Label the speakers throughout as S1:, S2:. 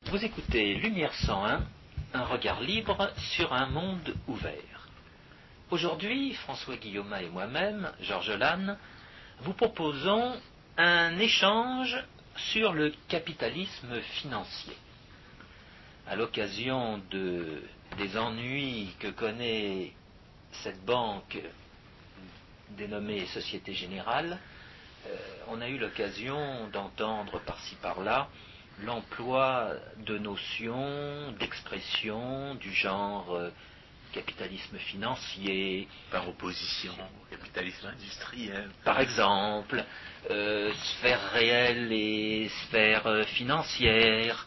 S1: Vous écoutez Lumière 101, un regard libre sur un monde ouvert. Aujourd'hui, François Guillaume et moi-même, Georges Lannes, vous proposons un échange sur le capitalisme financier. À l'occasion des ennuis que connaît cette banque dénommée Société Générale, on a eu l'occasion d'entendre par-ci par-là l'emploi de notions, d'expressions du genre capitalisme financier,
S2: par opposition au capitalisme industriel.
S1: Par exemple, sphère réelle et sphère financière.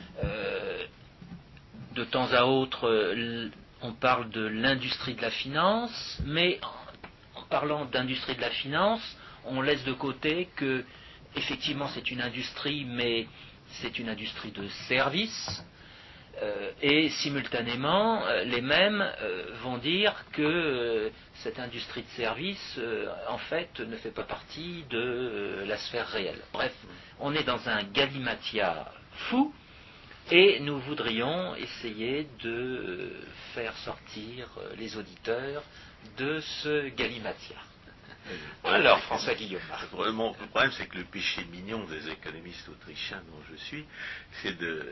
S1: De temps à autre, on parle de l'industrie de la finance, mais en parlant d'industrie de la finance, on laisse de côté que, effectivement, c'est une industrie, mais c'est une industrie de services, et simultanément, les mêmes vont dire que cette industrie de services, en fait, ne fait pas partie de la sphère réelle. Bref, on est dans un galimatias fou, et nous voudrions essayer de faire sortir les auditeurs de ce galimatias. Alors, François Guillaume.
S2: Le problème, c'est que le péché mignon des économistes autrichiens dont je suis, c'est de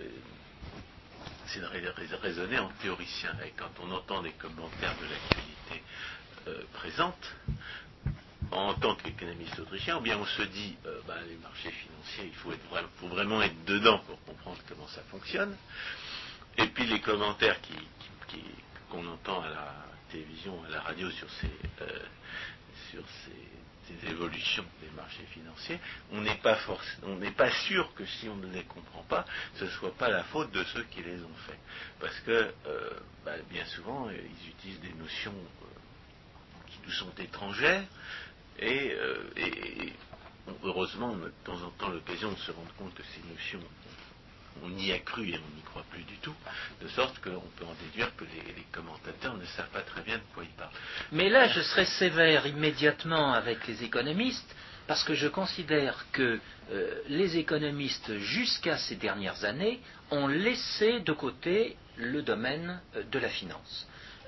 S2: raisonner en théoricien. Et quand on entend des commentaires de l'actualité présente, en tant qu'économiste autrichien, ou bien on se dit, les marchés financiers, il faut vraiment être dedans pour comprendre comment ça fonctionne. Et puis les commentaires qu'on entend à la télévision, à la radio sur ces évolutions des marchés financiers, on n'est pas sûr que si on ne les comprend pas, ce ne soit pas la faute de ceux qui les ont faits. Parce que bien souvent, ils utilisent des notions qui nous sont étrangères, et heureusement, on a de temps en temps l'occasion de se rendre compte que ces notions, on y a cru et on n'y croit plus du tout, de sorte qu'on peut en déduire que les commentateurs ne savent pas très bien de quoi ils parlent.
S1: Mais là, je serais sévère immédiatement avec les économistes, parce que je considère que les économistes, jusqu'à ces dernières années, ont laissé de côté le domaine de la finance.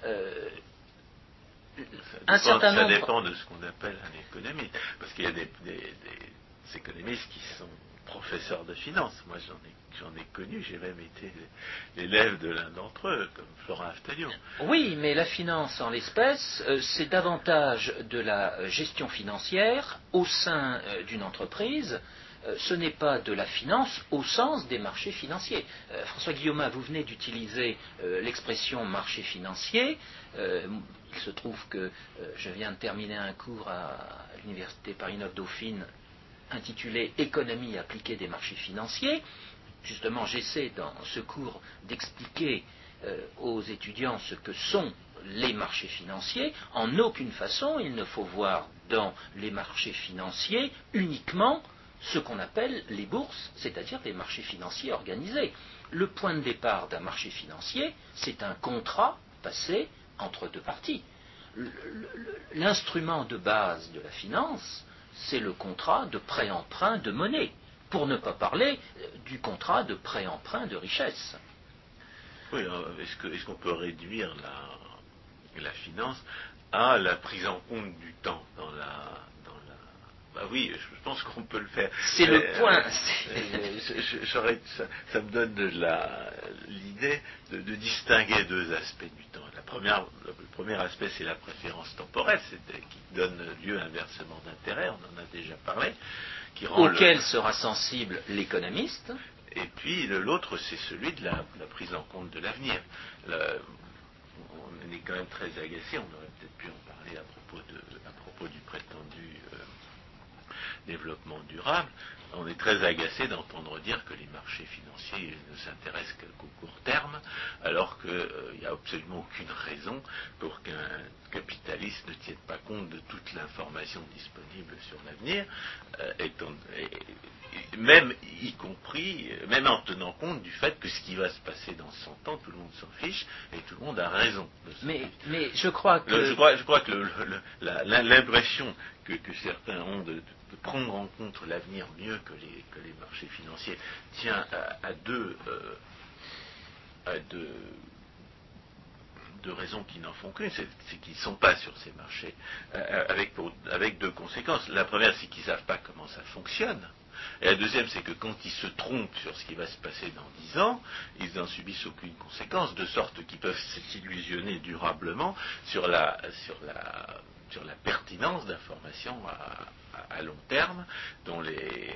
S2: Ça dépend de ce qu'on appelle un économiste, parce qu'il y a des économistes qui sont professeurs de finance. Moi, j'en ai connu, j'ai même été l'élève de l'un d'entre eux, comme Florent Aftalion.
S1: Oui, mais la finance, en l'espèce, c'est davantage de la gestion financière au sein d'une entreprise. Ce n'est pas de la finance au sens des marchés financiers. François Guillaume, vous venez d'utiliser l'expression marché financier. Il se trouve que je viens de terminer un cours à l'université Paris-IX-Dauphine intitulé Économie appliquée des marchés financiers. Justement, j'essaie dans ce cours d'expliquer aux étudiants ce que sont les marchés financiers. En aucune façon, il ne faut voir dans les marchés financiers uniquement ce qu'on appelle les bourses, c'est-à-dire les marchés financiers organisés. Le point de départ d'un marché financier, c'est un contrat passé entre deux parties. L'instrument de base de la finance, c'est le contrat de prêt-emprunt de monnaie, pour ne pas parler du contrat de prêt-emprunt de richesse.
S2: Oui, est-ce qu'on peut réduire la finance à la prise en compte du temps dans la oui, je pense qu'on peut le faire.
S1: C'est le point.
S2: Ça me donne l'idée de distinguer deux aspects du temps. Le premier aspect, c'est la préférence temporelle, qui donne lieu à un versement d'intérêt, on en a déjà parlé.
S1: Auquel sera sensible l'économiste.
S2: Et puis l'autre, c'est celui de la prise en compte de l'avenir. On est quand même très agacé, on aurait peut-être pu en parler à propos du prétendu développement durable. On est très agacé d'entendre dire que les marchés financiers ne s'intéressent qu'au court terme, alors qu'il n'y a absolument aucune raison pour qu'un capitaliste ne tienne pas compte de toute l'information disponible sur l'avenir, même en tenant compte du fait que ce qui va se passer dans 100 ans, tout le monde s'en fiche, et tout le monde a raison.
S1: Mais je crois que...
S2: Je crois que l'impression que certains ont prendre en compte l'avenir mieux que les marchés financiers tient à deux raisons qui n'en font qu'une, c'est qu'ils ne sont pas sur ces marchés, avec deux conséquences. La première, c'est qu'ils ne savent pas comment ça fonctionne. Et la deuxième, c'est que quand ils se trompent sur ce qui va se passer dans 10 ans, ils n'en subissent aucune conséquence, de sorte qu'ils peuvent s'illusionner durablement sur la pertinence d'informations à long terme dont les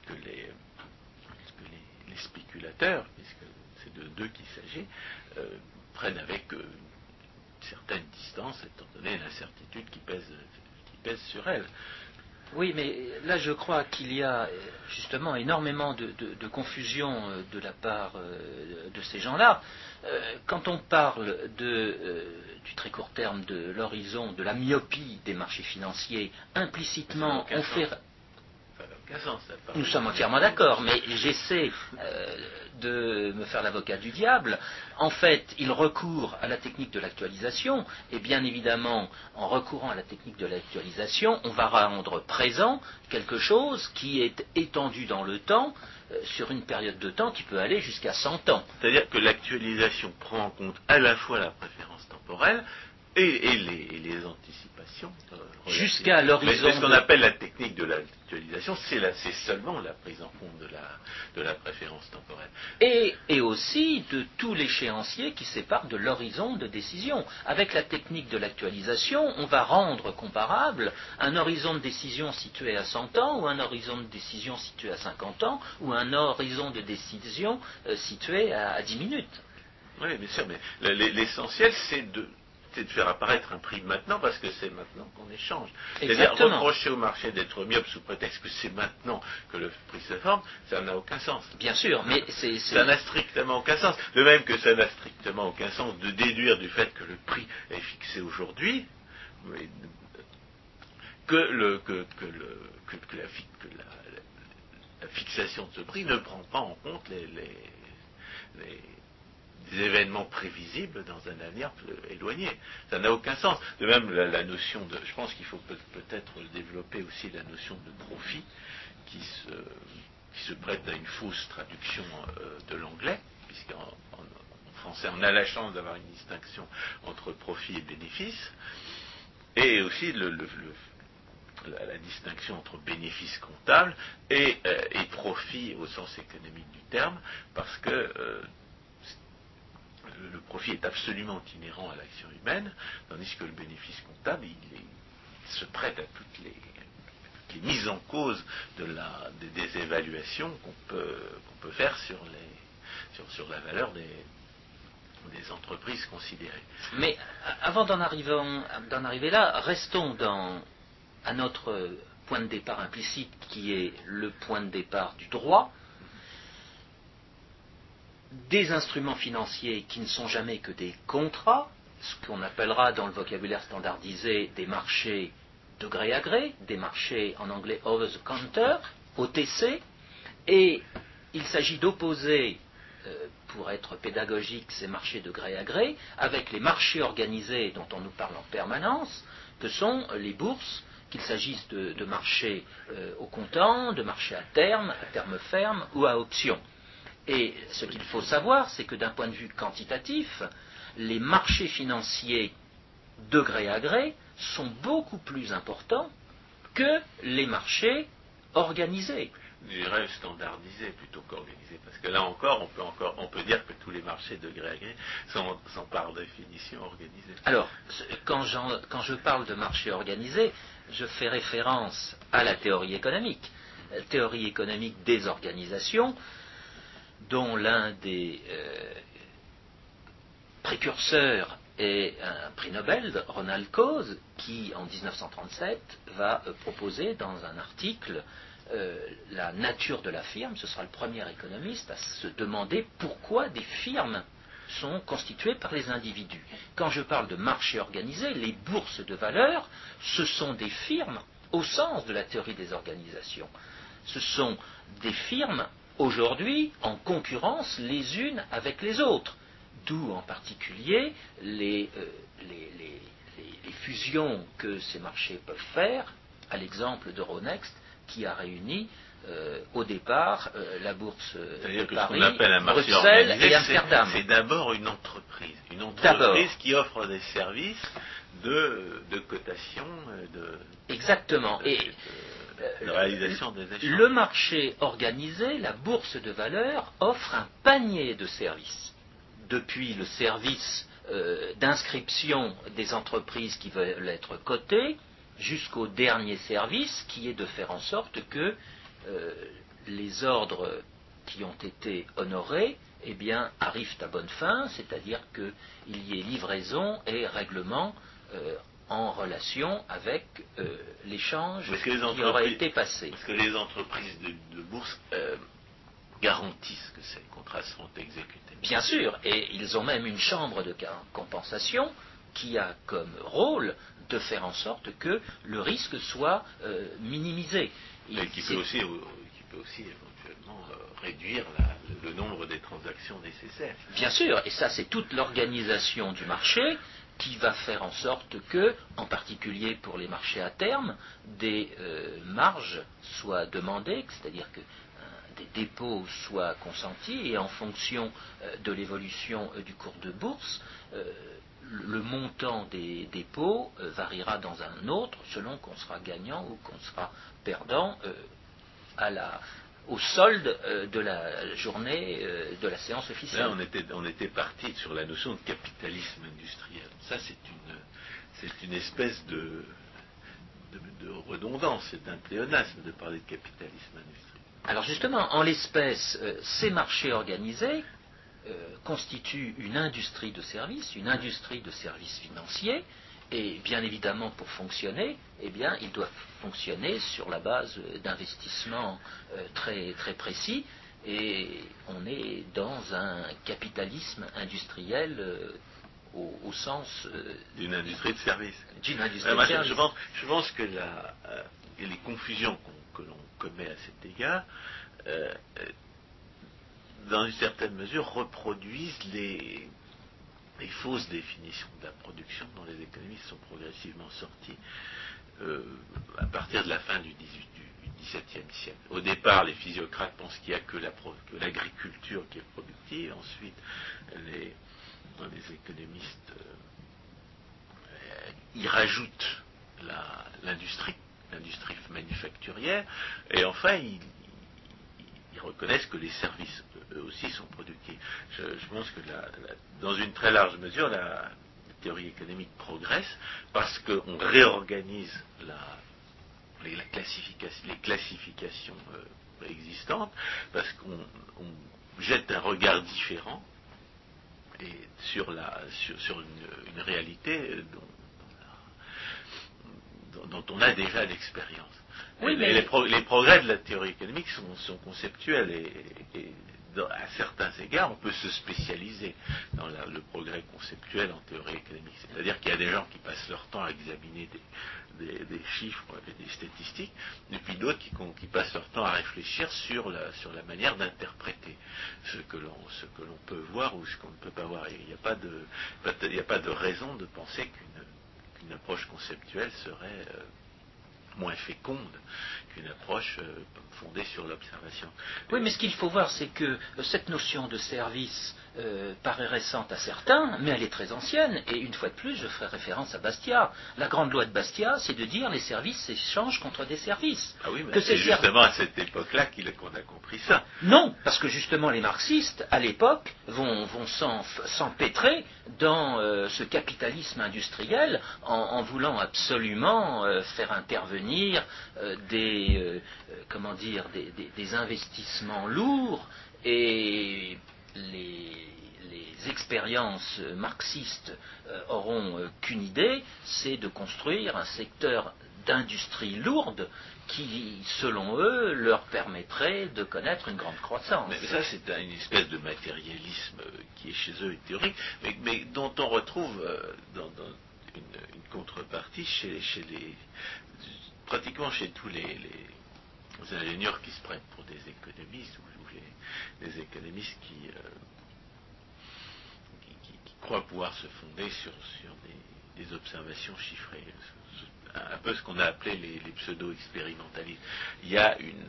S2: spéculateurs, puisque c'est d'eux qu'il s'agit, prennent avec une certaine distance, étant donné l'incertitude qui pèse sur elles.
S1: Oui, mais là je crois qu'il y a justement énormément de confusion de la part de ces gens-là. Quand on parle du très court terme, de l'horizon, de la myopie des marchés financiers, implicitement on fait... Nous sommes entièrement d'accord, mais j'essaie de me faire l'avocat du diable. En fait, il recourt à la technique de l'actualisation, et bien évidemment, en recourant à la technique de l'actualisation, on va rendre présent quelque chose qui est étendu dans le temps, sur une période de temps qui peut aller jusqu'à 100 ans.
S2: C'est-à-dire que l'actualisation prend en compte à la fois la préférence temporelle et les anticipations.
S1: Jusqu'à l'horizon.
S2: Mais ce qu'on appelle la technique de l'actualisation, c'est seulement la prise en compte de la préférence temporelle.
S1: Et aussi de tout l'échéancier qui sépare de l'horizon de décision. Avec la technique de l'actualisation, on va rendre comparable un horizon de décision situé à 100 ans, ou un horizon de décision situé à 50 ans, ou un horizon de décision situé à 10 minutes.
S2: Oui, bien sûr, mais l'essentiel, c'est de faire apparaître un prix maintenant, parce que c'est maintenant qu'on échange. C'est-à-dire reprocher au marché d'être myope sous prétexte que c'est maintenant que le prix se forme, ça n'a aucun sens.
S1: Bien sûr, mais
S2: ça n'a strictement aucun sens. De même que ça n'a strictement aucun sens de déduire du fait que le prix est fixé aujourd'hui, que la fixation de ce prix ne prend pas en compte les événements prévisibles dans un avenir éloigné. Ça n'a aucun sens. De même, la notion de... Je pense qu'il faut peut-être développer aussi la notion de profit qui se prête à une fausse traduction de l'anglais, puisqu'en français, on a la chance d'avoir une distinction entre profit et bénéfice, et aussi la distinction entre bénéfice comptable et profit au sens économique du terme, parce que le profit est absolument inhérent à l'action humaine, tandis que le bénéfice comptable, il se prête à toutes les mises en cause des évaluations qu'on peut faire sur la valeur des entreprises considérées.
S1: Mais avant d'en arriver là, restons à notre point de départ implicite, qui est le point de départ du droit. Des instruments financiers qui ne sont jamais que des contrats, ce qu'on appellera dans le vocabulaire standardisé des marchés de gré à gré, des marchés en anglais over the counter, OTC, et il s'agit d'opposer, pour être pédagogique, ces marchés de gré à gré avec les marchés organisés dont on nous parle en permanence, que sont les bourses, qu'il s'agisse de marchés au comptant, de marchés à terme ferme ou à option. Et ce qu'il faut savoir, c'est que d'un point de vue quantitatif, les marchés financiers de gré à gré sont beaucoup plus importants que les marchés organisés.
S2: Je dirais standardisés plutôt qu'organisés, parce que là encore, on peut dire que tous les marchés de gré à gré sont par définition organisés.
S1: Alors, quand je parle de marchés organisés, je fais référence à la théorie économique des organisations, dont l'un des précurseurs est un prix Nobel, Ronald Coase, qui en 1937 va proposer dans un article la nature de la firme. Ce sera le premier économiste à se demander pourquoi des firmes sont constituées par les individus. Quand je parle de marché organisé, les bourses de valeur, ce sont des firmes au sens de la théorie des organisations. Ce sont des firmes aujourd'hui en concurrence les unes avec les autres, d'où en particulier les fusions que ces marchés peuvent faire, à l'exemple d'Euronext, qui a réuni au départ la bourse de
S2: que
S1: Paris,
S2: ce qu'on appelle un marché
S1: Bruxelles
S2: organisé,
S1: et Amsterdam.
S2: c'est d'abord une entreprise qui offre des services de cotation,
S1: Exactement.
S2: de réalisation des échanges.
S1: Le marché organisé, la bourse de valeur, offre un panier de services. Depuis le service d'inscription des entreprises qui veulent être cotées, jusqu'au dernier service qui est de faire en sorte que les ordres qui ont été honorés arrivent à bonne fin, c'est-à-dire qu'il y ait livraison et règlement en relation avec l'échange qui aura été passé.
S2: Parce que les entreprises de bourse garantissent que ces contrats seront exécutés.
S1: Bien sûr, et ils ont même une chambre de compensation qui a comme rôle de faire en sorte que le risque soit minimisé.
S2: Et qui peut aussi éventuellement réduire le nombre des transactions nécessaires.
S1: Bien sûr, et ça c'est toute l'organisation du marché qui va faire en sorte que, en particulier pour les marchés à terme, des marges soient demandées, c'est-à-dire que des dépôts soient consentis, et en fonction de l'évolution du cours de bourse, le montant des dépôts variera dans un autre selon qu'on sera gagnant ou qu'on sera perdant au solde de la journée de la séance officielle.
S2: Là, on était parti sur la notion de capitalisme industriel. Ça, c'est une espèce de redondance, c'est un pléonasme de parler de capitalisme industriel.
S1: Alors justement, en l'espèce, ces marchés organisés constituent une industrie de services financiers, et bien évidemment pour fonctionner, ils doivent fonctionner sur la base d'investissements très, très précis, et on est dans un capitalisme industriel au sens
S2: d'une industrie de services.
S1: D'une industrie de services.
S2: Je pense que les confusions que l'on commet à cet égard, dans une certaine mesure, reproduisent les fausses définitions de la production dont les économistes sont progressivement sortis à partir de la fin du XVIIe siècle. Au départ, les physiocrates pensent qu'il n'y a que l'agriculture qui est productive. Ensuite, les économistes y rajoutent l'industrie manufacturière, et enfin ils reconnaissent que les services eux aussi sont productifs. Je pense que dans une très large mesure la théorie économique progresse parce qu'on réorganise les classifications existantes, parce qu'on jette un regard différent sur une réalité dont on a déjà l'expérience. Oui, mais les progrès de la théorie économique sont conceptuels, et à certains égards, on peut se spécialiser dans le progrès conceptuel en théorie économique. C'est-à-dire qu'il y a des gens qui passent leur temps à examiner des chiffres et des statistiques, et puis d'autres qui passent leur temps à réfléchir sur la manière d'interpréter ce que l'on peut voir ou ce qu'on ne peut pas voir. Il n'y a pas de raison de penser qu'une approche conceptuelle serait moins féconde qu'une approche fondée sur l'observation.
S1: Oui, mais ce qu'il faut voir, c'est que cette notion de service paraît récente à certains, mais elle est très ancienne, et une fois de plus, je ferai référence à Bastia. La grande loi de Bastia, c'est de dire les services s'échangent contre des services.
S2: Ah oui, mais c'est justement à cette époque-là qu'on a compris ça.
S1: Non, parce que justement les marxistes, à l'époque, vont s'empêtrer dans ce capitalisme industriel en voulant absolument faire intervenir des investissements lourds, et les expériences marxistes auront qu'une idée, c'est de construire un secteur d'industrie lourde qui, selon eux, leur permettrait de connaître une grande croissance.
S2: Mais ça, c'est une espèce de matérialisme qui est chez eux théorique, mais dont on retrouve dans une contrepartie pratiquement chez tous les ingénieurs qui se prennent pour des économistes, ou les économistes qui croient pouvoir se fonder sur des observations chiffrées. un peu ce qu'on a appelé les pseudo-expérimentalistes. Il y a une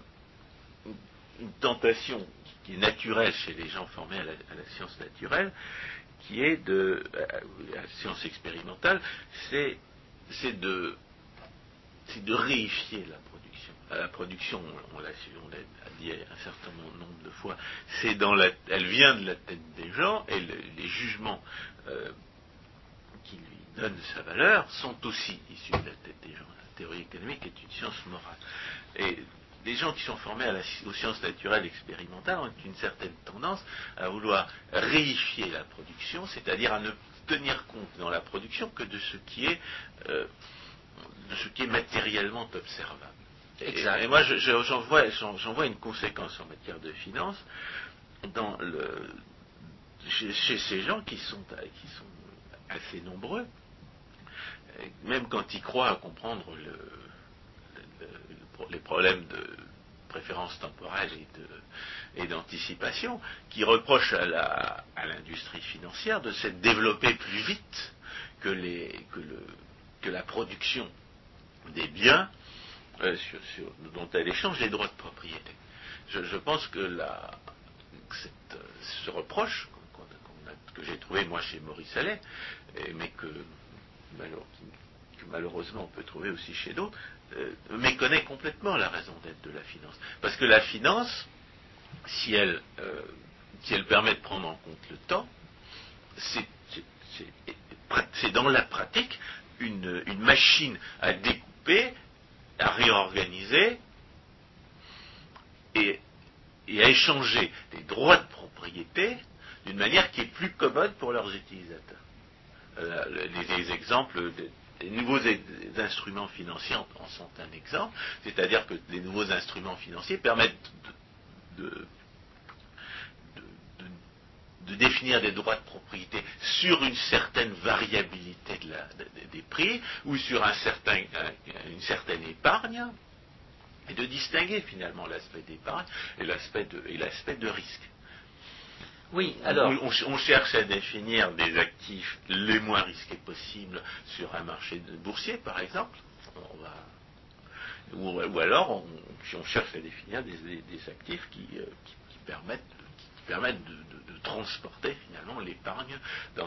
S2: tentation qui est naturelle chez les gens formés à la science naturelle, qui est la science expérimentale, c'est de réifier la production. La production, on l'a dit un certain nombre de fois, elle vient de la tête des gens, et les jugements qui lui donnent sa valeur sont aussi issus de la tête des gens. La théorie économique est une science morale. Et les gens qui sont formés aux sciences naturelles expérimentales ont une certaine tendance à vouloir réifier la production, c'est-à-dire à ne tenir compte dans la production que de ce qui est matériellement observable. Et moi, j'en vois une conséquence en matière de finance chez ces gens qui sont assez nombreux, même quand ils croient à comprendre les problèmes de préférence temporelle et d'anticipation, qui reprochent à l'industrie financière de s'être développée plus vite que la production des biens dont elle échange les droits de propriété. Je pense que ce reproche que j'ai trouvé moi chez Maurice Allais, mais que malheureusement on peut trouver aussi chez d'autres, méconnaît complètement la raison d'être de la finance. Parce que la finance, si elle permet de prendre en compte le temps, c'est dans la pratique une machine à découper, à réorganiser et à échanger des droits de propriété d'une manière qui est plus commode pour leurs utilisateurs. Les exemples des nouveaux instruments financiers en sont un exemple, c'est-à-dire que les nouveaux instruments financiers permettent de définir des droits de propriété sur une certaine variabilité des prix ou sur une certaine épargne, et de distinguer finalement l'aspect d'épargne et l'aspect de risque.
S1: Oui, alors...
S2: On cherche à définir des actifs les moins risqués possibles sur un marché boursier, par exemple. Ou alors on cherche à définir des actifs qui permettent de transporter finalement l'épargne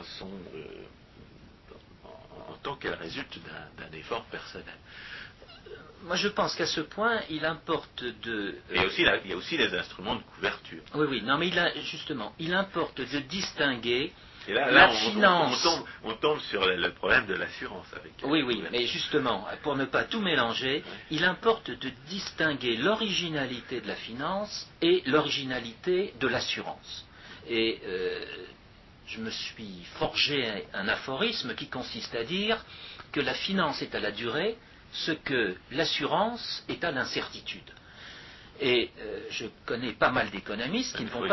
S2: en tant qu'elle résulte d'un effort personnel.
S1: Moi, je pense qu'à ce point, il importe de...
S2: Il y a aussi les instruments de couverture.
S1: Oui, non, mais il importe de distinguer
S2: et là,
S1: la finance...
S2: On tombe sur le problème de l'assurance.
S1: Oui, mais justement, pour ne pas tout mélanger, il importe de distinguer l'originalité de la finance et l'originalité de l'assurance. Et je me suis forgé un aphorisme qui consiste à dire que la finance est à la durée ce que l'assurance est à l'incertitude. Et je connais pas mal d'économistes qui ne vont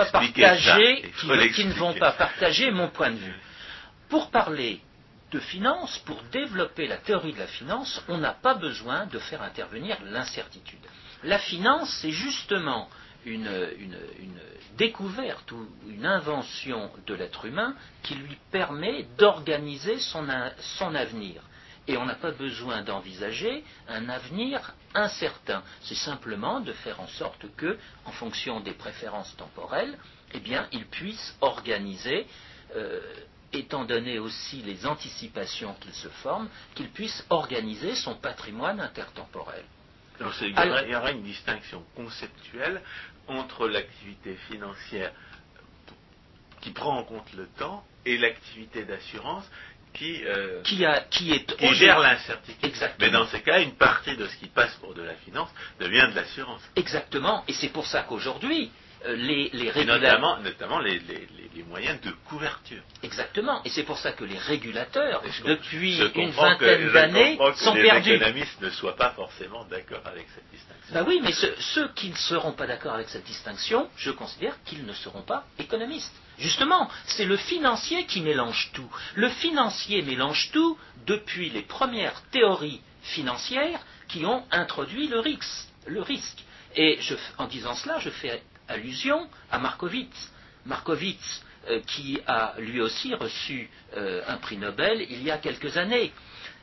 S1: pas partager mon point de vue. Pour parler de finance, pour développer la théorie de la finance, on n'a pas besoin de faire intervenir l'incertitude. La finance, c'est justement une découverte ou une invention de l'être humain qui lui permet d'organiser son avenir. Et on n'a pas besoin d'envisager un avenir incertain. C'est simplement de faire en sorte que, en fonction des préférences temporelles, eh bien, il puisse organiser, étant donné aussi les anticipations qu'il se forment, qu'il puisse organiser son patrimoine intertemporel.
S2: Donc, il y aura une distinction conceptuelle entre l'activité financière qui prend en compte le temps et l'activité d'assurance qui gère l'incertitude.
S1: Exactement.
S2: Mais dans ces cas, une partie de ce qui passe pour de la finance devient de l'assurance.
S1: Exactement, et c'est pour ça qu'aujourd'hui, les
S2: régulateurs... Notamment les moyens de couverture.
S1: Exactement, et c'est pour ça que les régulateurs, depuis une vingtaine d'années, sont perdus.
S2: Les économistes ne soient pas forcément d'accord avec cette distinction.
S1: Ben oui, mais ceux qui ne seront pas d'accord avec cette distinction, je considère qu'ils ne seront pas économistes. Justement, c'est le financier qui mélange tout. Le financier mélange tout depuis les premières théories financières qui ont introduit le risque. Et en disant cela, je fais allusion à Markowitz. Markowitz, qui a lui aussi reçu un prix Nobel il y a quelques années.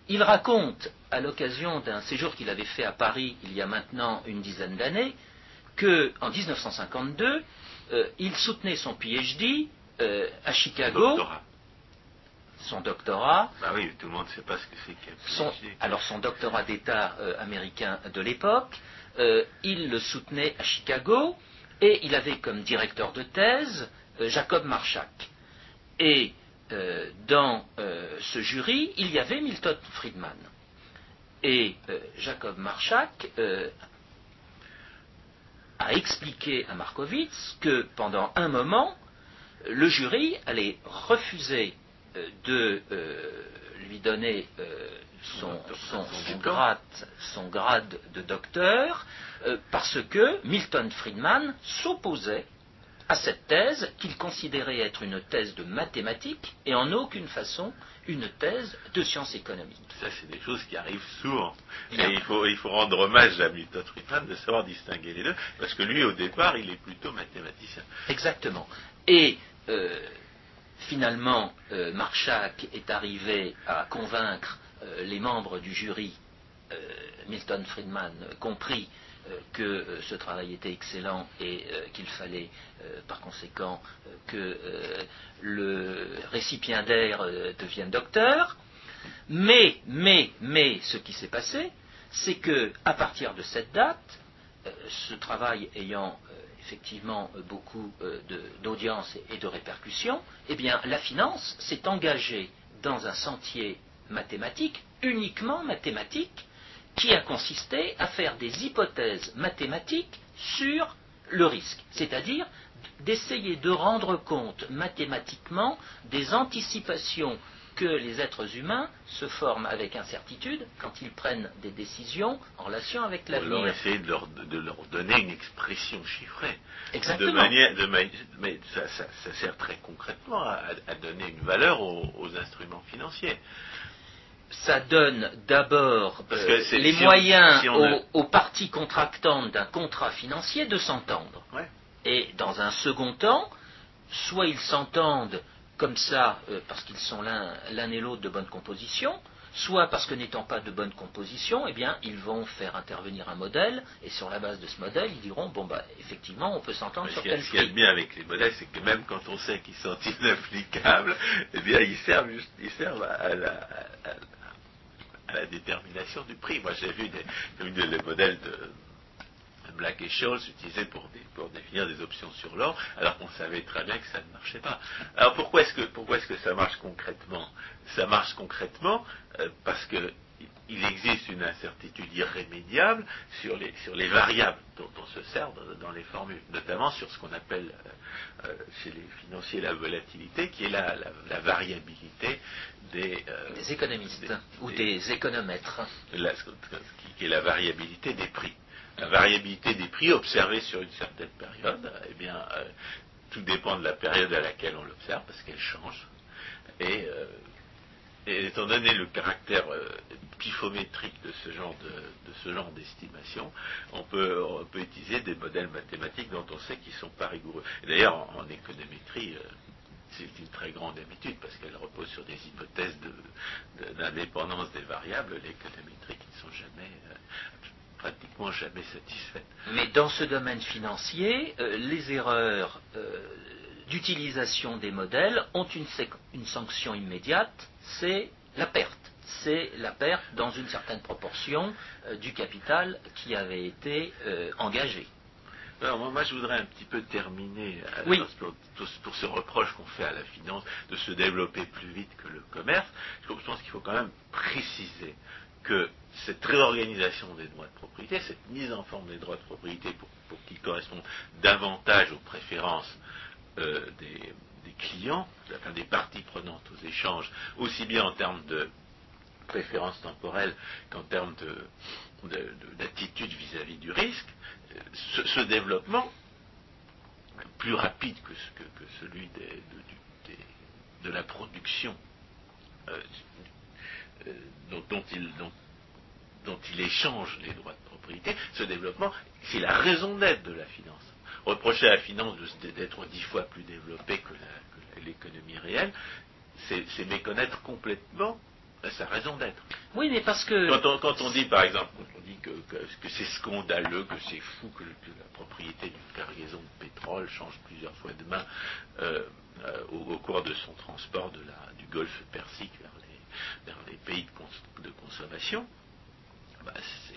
S1: Il raconte, à l'occasion d'un séjour qu'il avait fait à Paris il y a maintenant une dizaine d'années, qu'en 1952, il soutenait son PhD à Chicago, son doctorat.
S2: Bah oui, tout le monde ne sait pas ce que c'est qu'un PhD.
S1: Alors son doctorat d'État américain de l'époque, il le soutenait à Chicago, et il avait comme directeur de thèse Jacob Marshak. Et dans ce jury, il y avait Milton Friedman. Et Jacob Marshak a expliqué à Markowitz que pendant un moment, le jury allait refuser de lui donner son grade de docteur parce que Milton Friedman s'opposait à cette thèse qu'il considérait être une thèse de mathématiques et en aucune façon une thèse de sciences économiques.
S2: Ça, c'est des choses qui arrivent souvent. Et il faut rendre hommage à Milton Friedman de savoir distinguer les deux, parce que lui, au départ, il est plutôt mathématicien.
S1: Exactement. Et finalement, Marshak est arrivé à convaincre les membres du jury, Milton Friedman compris, que ce travail était excellent et qu'il fallait par conséquent que le récipiendaire devienne docteur. Mais ce qui s'est passé, c'est que à partir de cette date, ce travail ayant effectivement beaucoup d'audience et de répercussions, eh bien la finance s'est engagée dans un sentier mathématique, uniquement mathématique, qui a consisté à faire des hypothèses mathématiques sur le risque, c'est-à-dire d'essayer de rendre compte mathématiquement des anticipations que les êtres humains se forment avec incertitude quand ils prennent des décisions en relation avec l'avenir.
S2: Alors essayer de leur donner une expression chiffrée.
S1: Exactement.
S2: Mais ça sert très concrètement à donner une valeur aux instruments financiers.
S1: Ça donne d'abord les moyens aux parties contractantes d'un contrat financier de s'entendre.
S2: Ouais.
S1: Et dans un second temps, soit ils s'entendent comme ça parce qu'ils sont l'un et l'autre de bonne composition, soit parce que n'étant pas de bonne composition, eh bien ils vont faire intervenir un modèle, et sur la base de ce modèle, ils diront effectivement on peut s'entendre sur tel prix.
S2: Ce qu'il y a de bien avec les modèles, c'est que même quand on sait qu'ils sont inapplicables, eh bien ils servent à la détermination du prix. Moi j'ai vu les modèles de Black et Scholes utilisés pour définir des options sur l'or, alors qu'on savait très bien que ça ne marchait pas. Alors pourquoi est-ce que ça marche concrètement? Ça marche concrètement parce que il existe une incertitude irrémédiable sur les variables dont on se sert dans les formules, notamment sur ce qu'on appelle chez les financiers la volatilité, qui est la variabilité des
S1: économistes ou des économètres.
S2: Qui est la variabilité des prix. La variabilité des prix observée sur une certaine période, eh bien, tout dépend de la période à laquelle on l'observe, parce qu'elle change. Et étant donné le caractère pifométrique de ce genre d'estimation, on peut utiliser des modèles mathématiques dont on sait qu'ils ne sont pas rigoureux. Et d'ailleurs, en économétrie, c'est une très grande habitude, parce qu'elle repose sur des hypothèses d'indépendance des variables, l'économétrie qui ne sont pratiquement jamais satisfaites.
S1: Mais dans ce domaine financier, les erreurs d'utilisation des modèles ont une sanction immédiate, c'est la perte. C'est la perte dans une certaine proportion du capital qui avait été engagé.
S2: Alors moi je voudrais un petit peu terminer pour ce reproche qu'on fait à la finance de se développer plus vite que le commerce. Je pense qu'il faut quand même préciser que cette réorganisation des droits de propriété, cette mise en forme des droits de propriété pour qu'ils correspondent davantage aux préférences des clients, des parties prenantes aux échanges, aussi bien en termes de préférences temporelles qu'en termes d'attitude vis-à-vis du risque, ce développement, plus rapide que celui de la production dont il échange les droits de propriété, ce développement, c'est la raison d'être de la finance. Reprocher à la finance d'être 10 fois plus développée que l'économie réelle, c'est méconnaître complètement sa raison d'être.
S1: Oui, mais parce que...
S2: Quand on dit, par exemple, que c'est scandaleux, que c'est fou, que la propriété d'une cargaison de pétrole change plusieurs fois de main au cours de son transport du golfe Persique vers les pays de consommation, bah,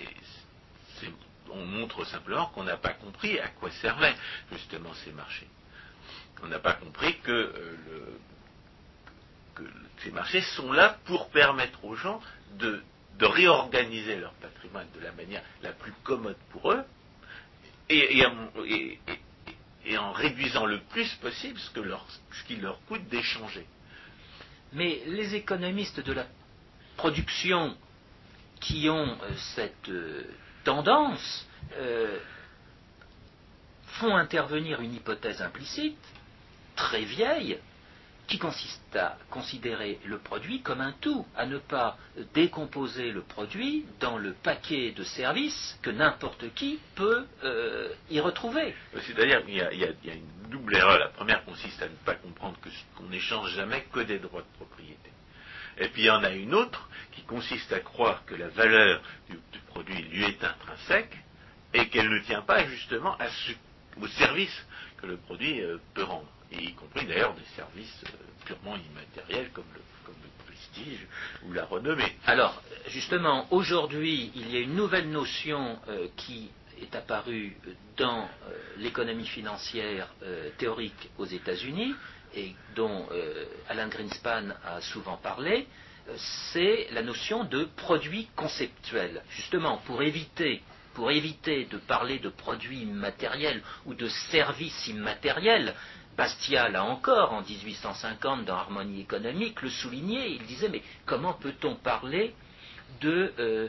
S2: on montre simplement qu'on n'a pas compris à quoi servaient justement ces marchés. On n'a pas compris que ces marchés sont là pour permettre aux gens de réorganiser leur patrimoine de la manière la plus commode pour eux et en réduisant le plus possible ce qui leur coûte d'échanger.
S1: Mais les économistes de la production qui ont cette tendance font intervenir une hypothèse implicite, très vieille, qui consiste à considérer le produit comme un tout, à ne pas décomposer le produit dans le paquet de services que n'importe qui peut y retrouver.
S2: C'est-à-dire qu'il y a une double erreur. La première consiste à ne pas comprendre qu'on n'échange jamais que des droits de propriété. Et puis il y en a une autre qui consiste à croire que la valeur du produit lui est intrinsèque et qu'elle ne tient pas justement au service que le produit peut rendre, et y compris d'ailleurs des services purement immatériels comme le prestige ou la renommée.
S1: Alors justement, aujourd'hui, il y a une nouvelle notion qui est apparue dans l'économie financière théorique aux États-Unis, et dont Alan Greenspan a souvent parlé, c'est la notion de produit conceptuel. Justement, pour éviter de parler de produits immatériels ou de services immatériels, Bastiat, là encore, en 1850, dans Harmonie économique, le soulignait. Il disait, mais comment peut-on parler de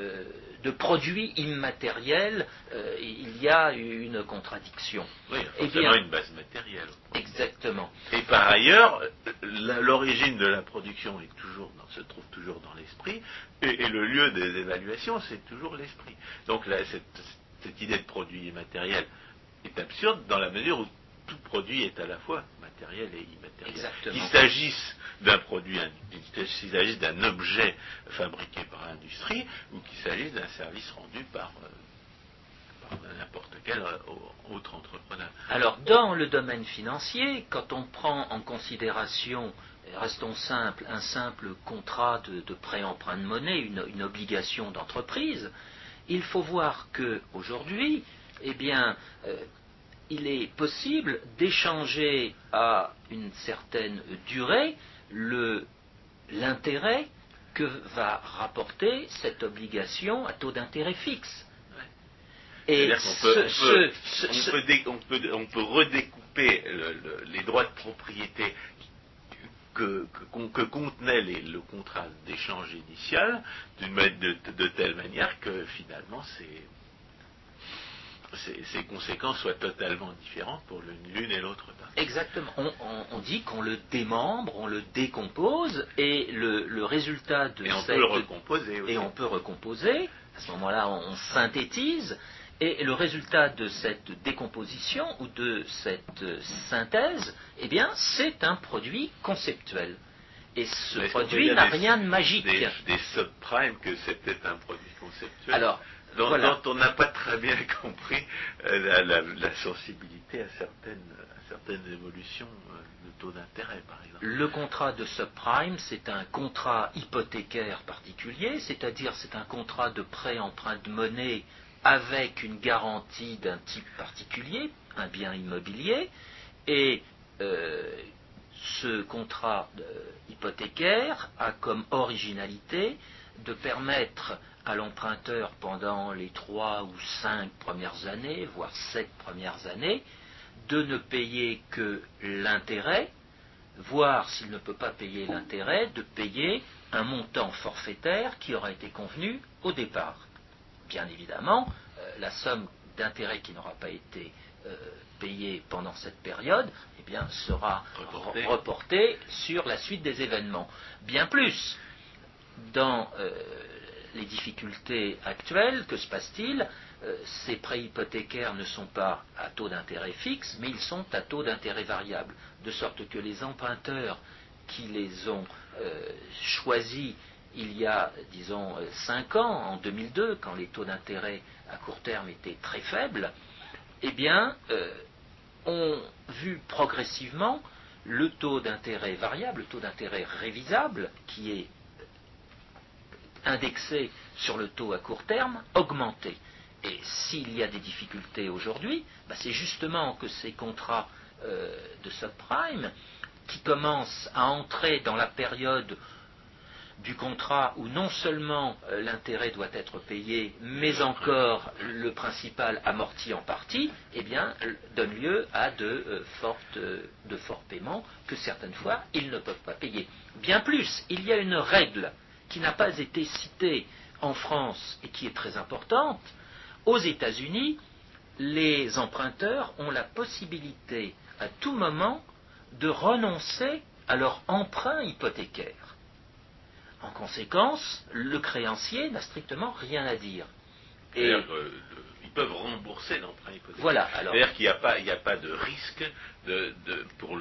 S1: produits immatériels? Il y a une contradiction.
S2: Oui, forcément une base matérielle.
S1: Exactement.
S2: Et par ailleurs, l'origine de la production se trouve toujours dans l'esprit, et le lieu des évaluations, c'est toujours l'esprit. Donc là, cette idée de produit immatériel est absurde dans la mesure où tout produit est à la fois matériel et immatériel.
S1: Exactement.
S2: Qu'il s'agisse d'un produit, qu'il s'agisse d'un objet fabriqué par l'industrie, ou qu'il s'agisse d'un service rendu par n'importe quel autre entrepreneur.
S1: Alors, dans le domaine financier, quand on prend en considération, restons simples, un simple contrat de prêt-emprunt de monnaie, une obligation d'entreprise, il faut voir qu'aujourd'hui, il est possible d'échanger à une certaine durée l'intérêt que va rapporter cette obligation à taux d'intérêt fixe.
S2: Et on peut redécouper les droits de propriété que contenait le contrat d'échange initial de telle manière que finalement ses conséquences soient totalement différentes pour l'une et l'autre partie.
S1: Exactement. On dit qu'on le démembre, on le décompose, et le résultat de
S2: et on peut le recomposer aussi.
S1: Et on peut recomposer. À ce moment-là, on synthétise. Et le résultat de cette décomposition ou de cette synthèse, c'est un produit conceptuel. Et ce produit n'a rien de magique.
S2: Des subprimes que c'était un produit conceptuel.
S1: Alors,
S2: dont on n'a pas très bien compris la sensibilité à certaines évolutions de taux d'intérêt, par exemple.
S1: Le contrat de subprime, c'est un contrat hypothécaire particulier, c'est-à-dire c'est un contrat de prêt-emprunt de monnaie avec une garantie d'un type particulier, un bien immobilier, et ce contrat hypothécaire a comme originalité de permettre à l'emprunteur pendant les 3 ou 5 premières années, voire 7 premières années, de ne payer que l'intérêt, voire s'il ne peut pas payer l'intérêt, de payer un montant forfaitaire qui aura été convenu au départ. Bien évidemment, la somme d'intérêt qui n'aura pas été payée pendant cette période sera reportée sur la suite des événements. Bien plus, dans les difficultés actuelles, que se passe-t-il? Ces prêts hypothécaires ne sont pas à taux d'intérêt fixe, mais ils sont à taux d'intérêt variable, de sorte que les emprunteurs qui les ont choisis il y a, disons, 5 ans, en 2002, quand les taux d'intérêt à court terme étaient très faibles, eh bien, ont vu progressivement le taux d'intérêt variable, le taux d'intérêt révisable, qui est indexé sur le taux à court terme, augmenter. Et s'il y a des difficultés aujourd'hui, c'est justement que ces contrats de subprime, qui commencent à entrer dans la période du contrat où non seulement l'intérêt doit être payé, mais encore le principal amorti en partie, eh bien, donne lieu à de forts paiements que certaines fois ils ne peuvent pas payer. Bien plus, il y a une règle qui n'a pas été citée en France et qui est très importante. Aux États-Unis, les emprunteurs ont la possibilité à tout moment de renoncer à leur emprunt hypothécaire. En conséquence, le créancier n'a strictement rien à dire.
S2: Et ils peuvent rembourser l'emprunt hypothécaire.
S1: Voilà, alors.
S2: C'est-à-dire qu'il n'y a pas de risque pour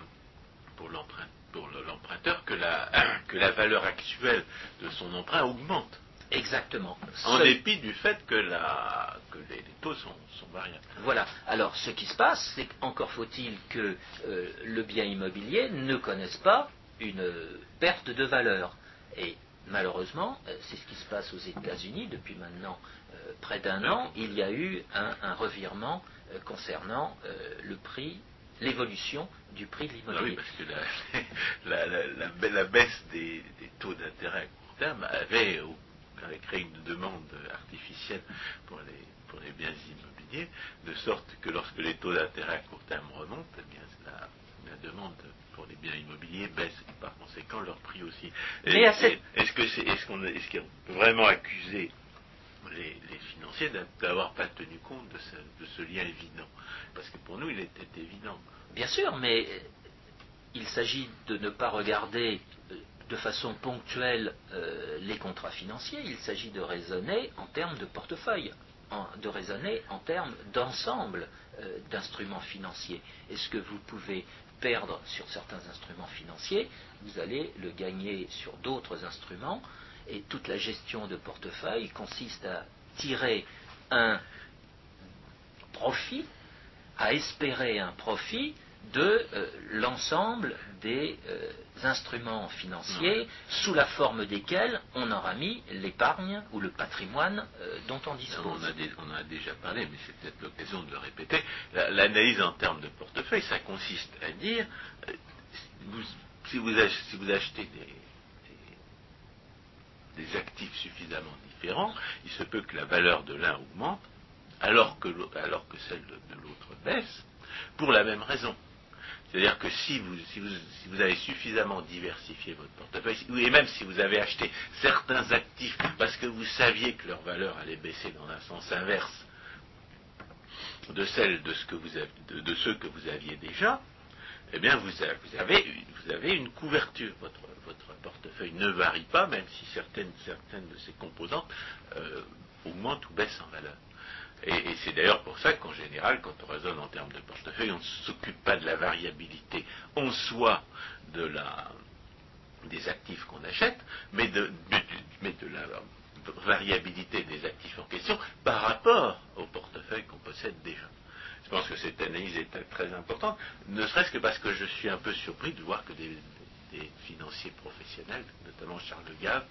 S2: l'emprunteur que la valeur actuelle de son emprunt augmente.
S1: Exactement.
S2: En dépit du fait que les taux sont variables.
S1: Voilà. Alors, ce qui se passe, c'est qu'encore faut-il que le bien immobilier ne connaisse pas une perte de valeur. Et malheureusement, c'est ce qui se passe aux États-Unis depuis maintenant près d'un an. Il y a eu un revirement concernant l'évolution du prix de l'immobilier.
S2: Oui, parce que la baisse des taux d'intérêt à court terme avait créé une demande artificielle pour les biens immobiliers, de sorte que lorsque les taux d'intérêt à court terme remontent, eh bien la demande pour les biens immobiliers baisse et par conséquent leur prix aussi. Est-ce qu'on peut vraiment accuser les financiers d'avoir pas tenu compte de ce lien évident? Parce que pour nous, il était évident.
S1: Bien sûr, mais il s'agit de ne pas regarder de façon ponctuelle les contrats financiers, il s'agit de raisonner en termes de portefeuille, de raisonner en termes d'ensemble d'instruments financiers. Est-ce que vous pouvez perdre sur certains instruments financiers, vous allez le gagner sur d'autres instruments, et toute la gestion de portefeuille consiste à tirer un profit, à espérer un profit de l'ensemble des instruments financiers sous la forme desquels on aura mis l'épargne ou le patrimoine dont on dispose.
S2: On a déjà parlé, mais c'est peut-être l'occasion de le répéter. L'analyse en termes de portefeuille, ça consiste à dire si vous achetez des actifs suffisamment différents, il se peut que la valeur de l'un augmente alors que celle de l'autre baisse, pour la même raison. C'est-à-dire que si vous avez suffisamment diversifié votre portefeuille, et même si vous avez acheté certains actifs parce que vous saviez que leur valeur allait baisser dans un sens inverse de celle de ceux que vous aviez déjà, eh bien vous avez une couverture. Votre portefeuille ne varie pas, même si certaines de ses composantes augmentent ou baissent en valeur. Et c'est d'ailleurs pour ça qu'en général, quand on raisonne en termes de portefeuille, on ne s'occupe pas de la variabilité en soi des actifs qu'on achète, mais de la variabilité des actifs en question par rapport au portefeuille qu'on possède déjà. Je pense que cette analyse est très importante, ne serait-ce que parce que je suis un peu surpris de voir que des financiers professionnels, notamment Charles Gave,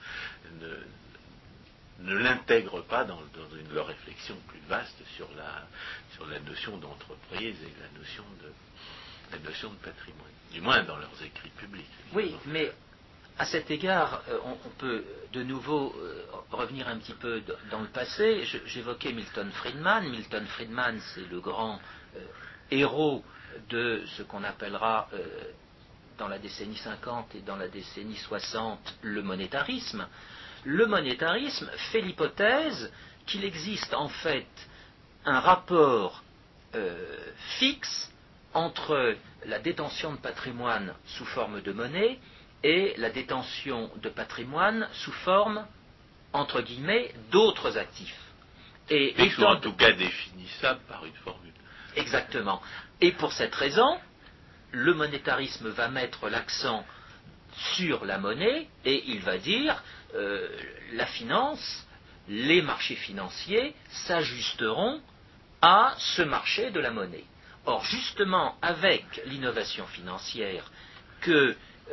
S2: ne l'intègrent pas dans leur réflexion plus vaste sur la notion d'entreprise et la notion de patrimoine, du moins dans leurs écrits publics.
S1: Oui, mais à cet égard, on peut de nouveau revenir un petit peu dans le passé. J'évoquais Milton Friedman. Milton Friedman, c'est le grand héros de ce qu'on appellera dans la décennie 50 et dans la décennie 60 le monétarisme. Le monétarisme fait l'hypothèse qu'il existe en fait un rapport fixe entre la détention de patrimoine sous forme de monnaie et la détention de patrimoine sous forme, entre guillemets, d'autres actifs.
S2: Et qui sont en tout cas définissables par une formule.
S1: Exactement. Et pour cette raison, le monétarisme va mettre l'accent sur la monnaie et il va dire la finance, les marchés financiers s'ajusteront à ce marché de la monnaie. Or, justement, avec l'innovation financière que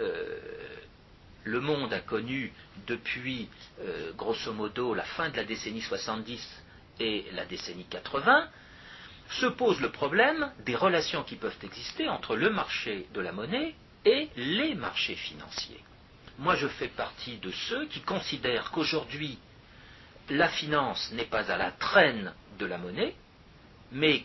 S1: le monde a connue depuis, grosso modo, la fin de la décennie 70 et la décennie 80, se pose le problème des relations qui peuvent exister entre le marché de la monnaie et les marchés financiers. Moi, je fais partie de ceux qui considèrent qu'aujourd'hui, la finance n'est pas à la traîne de la monnaie, mais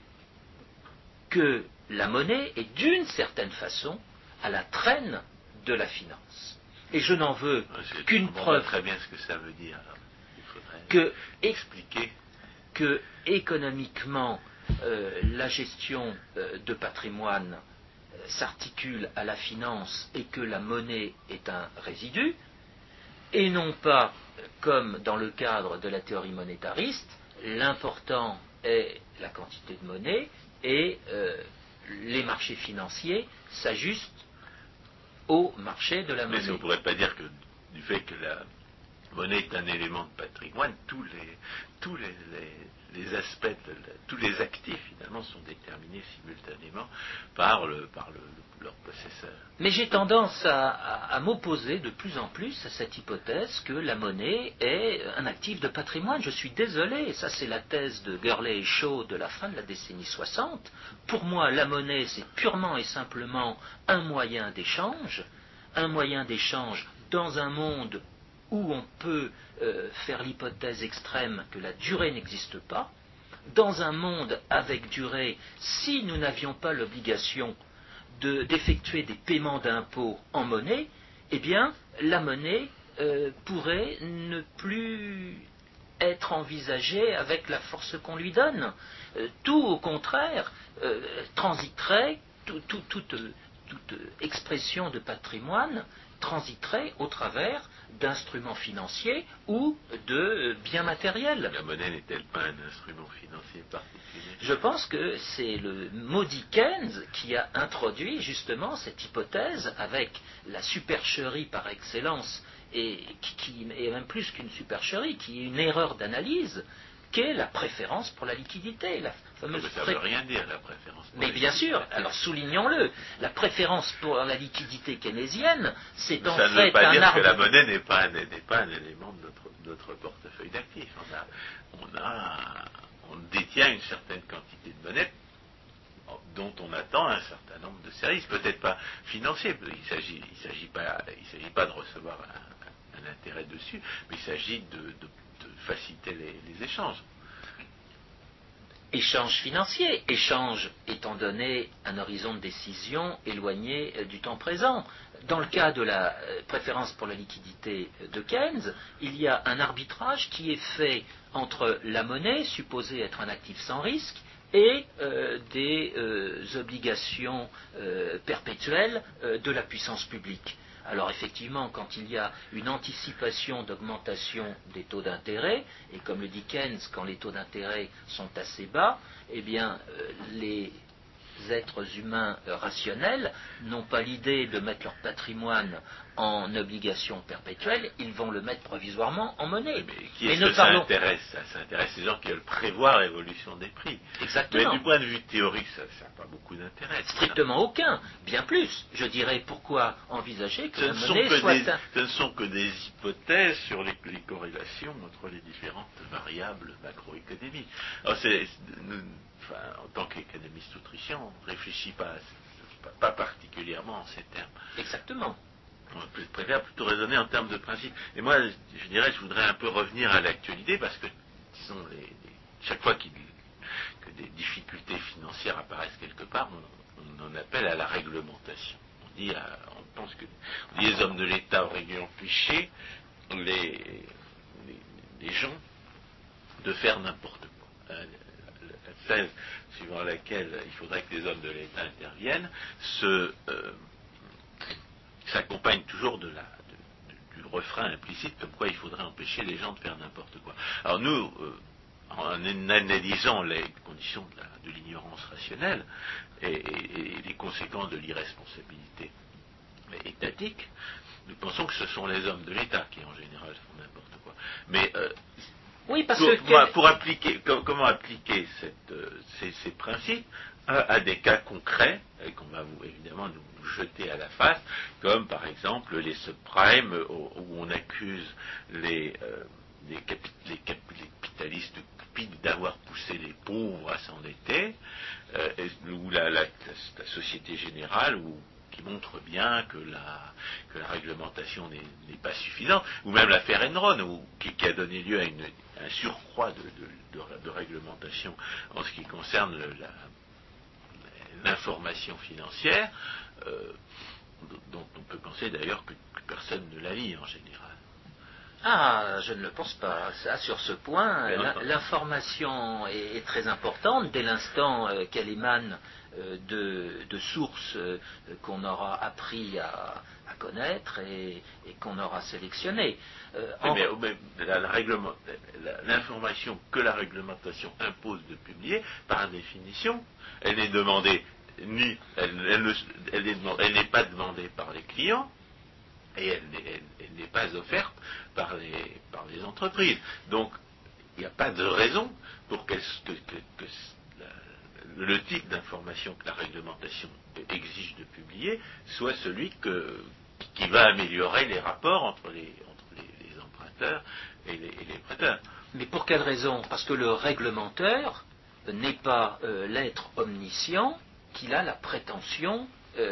S1: que la monnaie est d'une certaine façon à la traîne de la finance. Et je n'en veux qu'une preuve.
S2: Très bien ce que ça veut dire. Alors, il faudrait expliquer
S1: que économiquement, la gestion de patrimoine s'articule à la finance et que la monnaie est un résidu, et non pas, comme dans le cadre de la théorie monétariste, l'important est la quantité de monnaie et les marchés financiers s'ajustent au marché de la monnaie.
S2: Mais on ne pourrait pas dire que du fait que la monnaie est un élément de patrimoine, tous les aspects, tous les actifs finalement sont déterminés simultanément par leur possesseur.
S1: Mais j'ai tendance à m'opposer de plus en plus à cette hypothèse que la monnaie est un actif de patrimoine. Je suis désolé, ça c'est la thèse de Gurley et Shaw de la fin de la décennie 60. Pour moi, la monnaie c'est purement et simplement un moyen d'échange dans un monde où on peut faire l'hypothèse extrême que la durée n'existe pas, dans un monde avec durée, si nous n'avions pas l'obligation d'effectuer des paiements d'impôts en monnaie, eh bien, la monnaie pourrait ne plus être envisagée avec la force qu'on lui donne. Tout au contraire, transiterait, toute expression de patrimoine transiterait au travers d'instruments financiers ou de biens matériels.
S2: La monnaie n'est-elle pas un instrument financier particulier ?
S1: Je pense que c'est le maudit Keynes qui a introduit justement cette hypothèse avec la supercherie par excellence, et qui est même plus qu'une supercherie, qui est une erreur d'analyse, qu'est la préférence pour la liquidité. La fameuse
S2: ça ne veut rien dire, la préférence pour
S1: Mais
S2: la
S1: bien
S2: liquidité.
S1: sûr, alors soulignons-le, la préférence pour la liquidité keynésienne, c'est en
S2: ça
S1: fait
S2: ne veut pas
S1: un
S2: dire
S1: arbre.
S2: que la monnaie n'est pas un élément de notre portefeuille d'actifs. On détient une certaine quantité de monnaie dont on attend un certain nombre de services, peut-être pas financiers. Il ne s'agit pas de recevoir un intérêt dessus, mais il s'agit de faciliter les échanges.
S1: Échange financier, échange étant donné un horizon de décision éloigné du temps présent. Dans le cas de la préférence pour la liquidité de Keynes, il y a un arbitrage qui est fait entre la monnaie, supposée être un actif sans risque, et des obligations perpétuelles de la puissance publique. Alors effectivement, quand il y a une anticipation d'augmentation des taux d'intérêt, et comme le dit Keynes, quand les taux d'intérêt sont assez bas, eh bien les êtres humains rationnels n'ont pas l'idée de mettre leur patrimoine en obligation perpétuelle, ils vont le mettre provisoirement en monnaie.
S2: Mais qui est-ce que ça intéresse ? Ça intéresse les gens qui veulent prévoir l'évolution des prix.
S1: Exactement.
S2: Mais du point de vue théorique, ça n'a pas beaucoup d'intérêt.
S1: Strictement aucun, bien plus. Je dirais pourquoi envisager que la monnaie
S2: ce ne sont que des hypothèses sur les corrélations entre les différentes variables macroéconomiques. Alors en tant qu'économiste autrichien, on ne réfléchit pas particulièrement en ces termes.
S1: Exactement.
S2: On préfère plutôt raisonner en termes de principe. Et moi, je voudrais un peu revenir à l'actualité, parce que, disons, chaque fois que des difficultés financières apparaissent quelque part, on en appelle à la réglementation. On pense que les hommes de l'État auraient dû empêcher les gens de faire n'importe quoi. La thèse suivant laquelle il faudrait que les hommes de l'État interviennent s'accompagne toujours du refrain implicite comme quoi il faudrait empêcher les gens de faire n'importe quoi. Alors nous, en analysant les conditions de l'ignorance rationnelle et les conséquences de l'irresponsabilité démocratique, nous pensons que ce sont les hommes de l'État qui, en général, font n'importe quoi. Mais
S1: Oui, parce
S2: pour appliquer, comment appliquer ces principes à des cas concrets, et qu'on va évidemment nous jeter à la face, comme par exemple les subprimes, où on accuse les capitalistes cupides d'avoir poussé les pauvres à s'endetter, ou la Société Générale, qui montre bien que la réglementation n'est pas suffisante, ou même l'affaire Enron, qui a donné lieu à un surcroît de réglementation en ce qui concerne l'information financière, dont on peut penser d'ailleurs que personne ne la lit en général.
S1: Ah, je ne le pense pas. Sur ce point, l'information est très importante dès l'instant qu'elle émane de sources qu'on aura appris à connaître et qu'on aura sélectionnées.
S2: Mais l'information que la réglementation impose de publier, par définition, elle n'est demandée elle n'est pas demandée par les clients. Et elle n'est pas offerte par les entreprises. Donc, il n'y a pas de raison pour que le type d'information que la réglementation exige de publier soit celui qui va améliorer les rapports entre les emprunteurs et les prêteurs.
S1: Mais pour quelle raison? Parce que le réglementaire n'est pas l'être omniscient qu'il a la prétention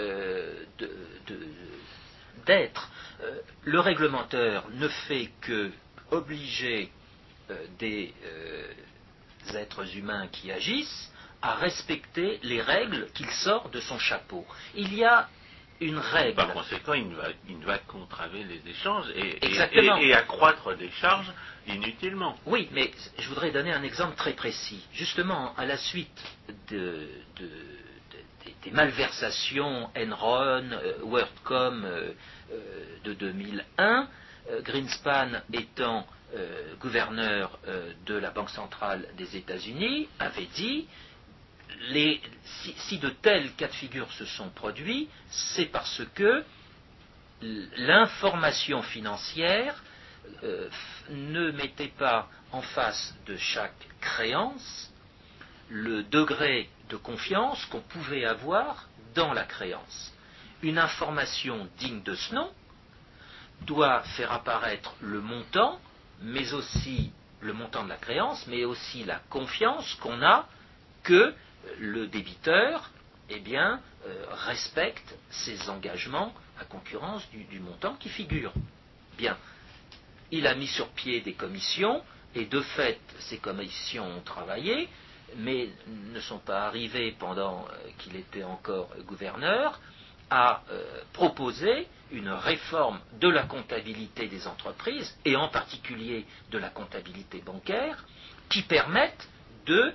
S1: d'être. Le réglementaire ne fait que obliger des êtres humains qui agissent à respecter les règles qu'il sort de son chapeau. Il y a une règle.
S2: Par conséquent, il ne va qu'entraver les échanges et accroître les charges inutilement.
S1: Oui, mais je voudrais donner un exemple très précis. Justement, à la suite des malversations Enron, WorldCom de 2001, Greenspan étant gouverneur de la Banque centrale des États-Unis, avait dit si de tels cas de figure se sont produits, c'est parce que l'information financière ne mettait pas en face de chaque créance le degré de confiance qu'on pouvait avoir dans la créance. Une information digne de ce nom doit faire apparaître le montant, mais aussi le montant de la créance, mais aussi la confiance qu'on a que le débiteur respecte ses engagements à concurrence du montant qui figure. Bien, il a mis sur pied des commissions, et de fait, ces commissions ont travaillé, mais ne sont pas arrivées pendant qu'il était encore gouverneur, à proposer une réforme de la comptabilité des entreprises, et en particulier de la comptabilité bancaire, qui permette de,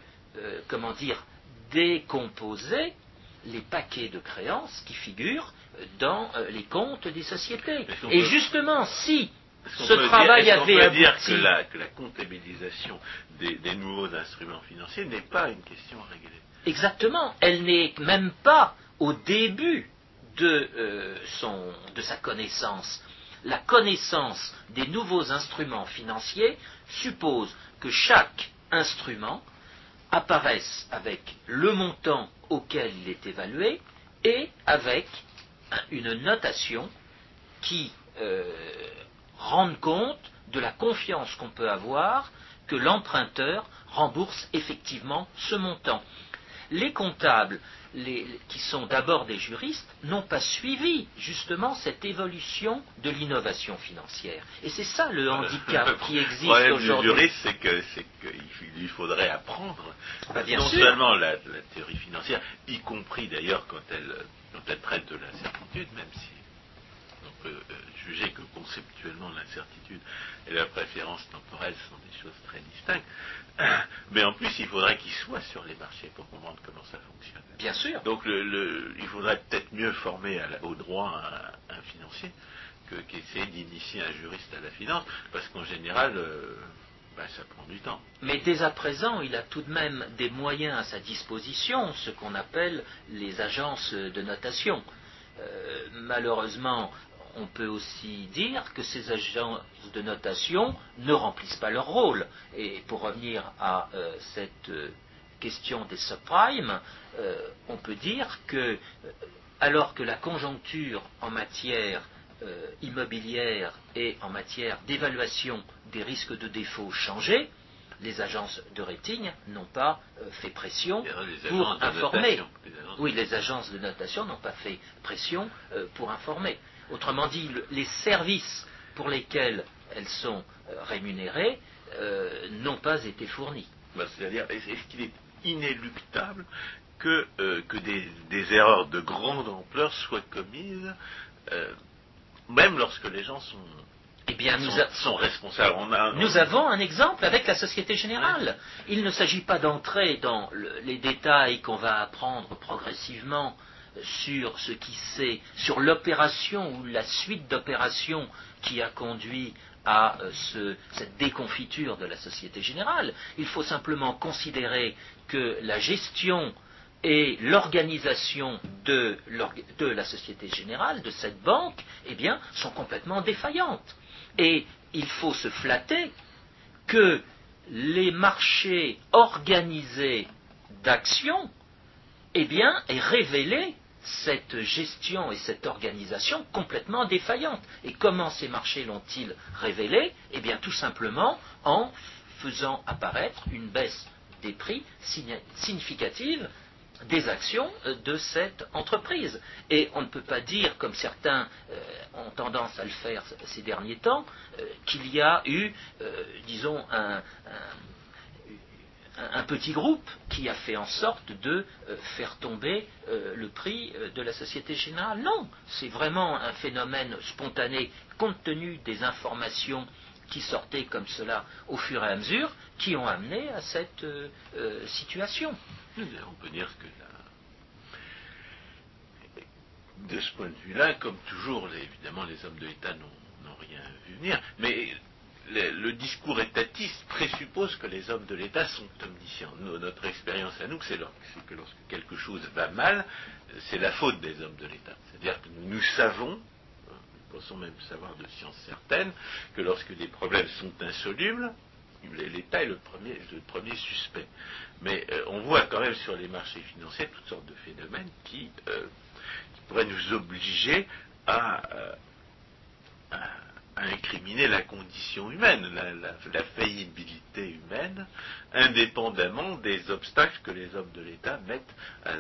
S1: décomposer les paquets de créances qui figurent dans les comptes des sociétés. Et justement, si ce travail avait abouti...
S2: dire que la comptabilisation des nouveaux instruments financiers n'est pas une question à régler.
S1: Exactement. Elle n'est même pas au début de sa connaissance. La connaissance des nouveaux instruments financiers suppose que chaque instrument apparaisse avec le montant auquel il est évalué et avec une notation qui rende compte de la confiance qu'on peut avoir que l'emprunteur rembourse effectivement ce montant. Les comptables, qui sont d'abord des juristes, n'ont pas suivi justement cette évolution de l'innovation financière. Et c'est ça le handicap qui existe aujourd'hui.
S2: Le problème du juriste, c'est qu'il faudrait apprendre
S1: bien
S2: non
S1: sûr.
S2: seulement la théorie financière, y compris d'ailleurs quand elle traite de l'incertitude, même si on peut juger que conceptuellement l'incertitude et la préférence temporelle sont des choses très distinctes. Mais en plus, il faudrait qu'il soit sur les marchés pour comprendre comment ça fonctionne.
S1: Bien sûr.
S2: Donc il faudrait peut-être mieux former au droit un financier qu'essayer d'initier un juriste à la finance, parce qu'en général, ça prend du temps.
S1: Mais dès à présent, il a tout de même des moyens à sa disposition, ce qu'on appelle les agences de notation. Malheureusement, on peut aussi dire que ces agences de notation ne remplissent pas leur rôle. Et pour revenir à cette question des subprimes, on peut dire que, alors que la conjoncture en matière immobilière et en matière d'évaluation des risques de défaut changeait, les agences de rating n'ont pas fait pression pour informer. Oui, les agences de notation n'ont pas fait pression pour informer. Autrement dit, les services pour lesquels elles sont rémunérées n'ont pas été fournis.
S2: C'est-à-dire, est-ce qu'il est inéluctable que des erreurs de grande ampleur soient commises, même lorsque les gens sont responsables?
S1: Nous avons un exemple avec la Société Générale. Il ne s'agit pas d'entrer dans les détails qu'on va apprendre progressivement sur l'opération ou la suite d'opérations qui a conduit à cette déconfiture de la Société Générale. Il faut simplement considérer que la gestion et l'organisation de la Société Générale, de cette banque, sont complètement défaillantes. Et il faut se flatter que les marchés organisés d'actions aient révélé cette gestion et cette organisation complètement défaillante. Et comment ces marchés l'ont-ils révélé? Tout simplement en faisant apparaître une baisse des prix significative des actions de cette entreprise. Et on ne peut pas dire, comme certains ont tendance à le faire ces derniers temps, qu'il y a eu, disons, un petit groupe qui a fait en sorte de faire tomber le prix de la Société Générale. Non, c'est vraiment un phénomène spontané, compte tenu des informations qui sortaient comme cela au fur et à mesure, qui ont amené à cette situation.
S2: On peut dire que de ce point de vue-là, comme toujours, évidemment, les hommes de l'État n'ont rien vu venir, mais le discours étatiste présuppose que les hommes de l'État sont omniscients. Notre expérience à nous, c'est que lorsque quelque chose va mal, c'est la faute des hommes de l'État. C'est-à-dire que nous savons, nous pensons même savoir de science certaine, que lorsque des problèmes sont insolubles, l'État est le premier suspect. Mais on voit quand même sur les marchés financiers toutes sortes de phénomènes qui pourraient nous obliger à incriminer la condition humaine, la faillibilité humaine, indépendamment des obstacles que les hommes de l'État mettent à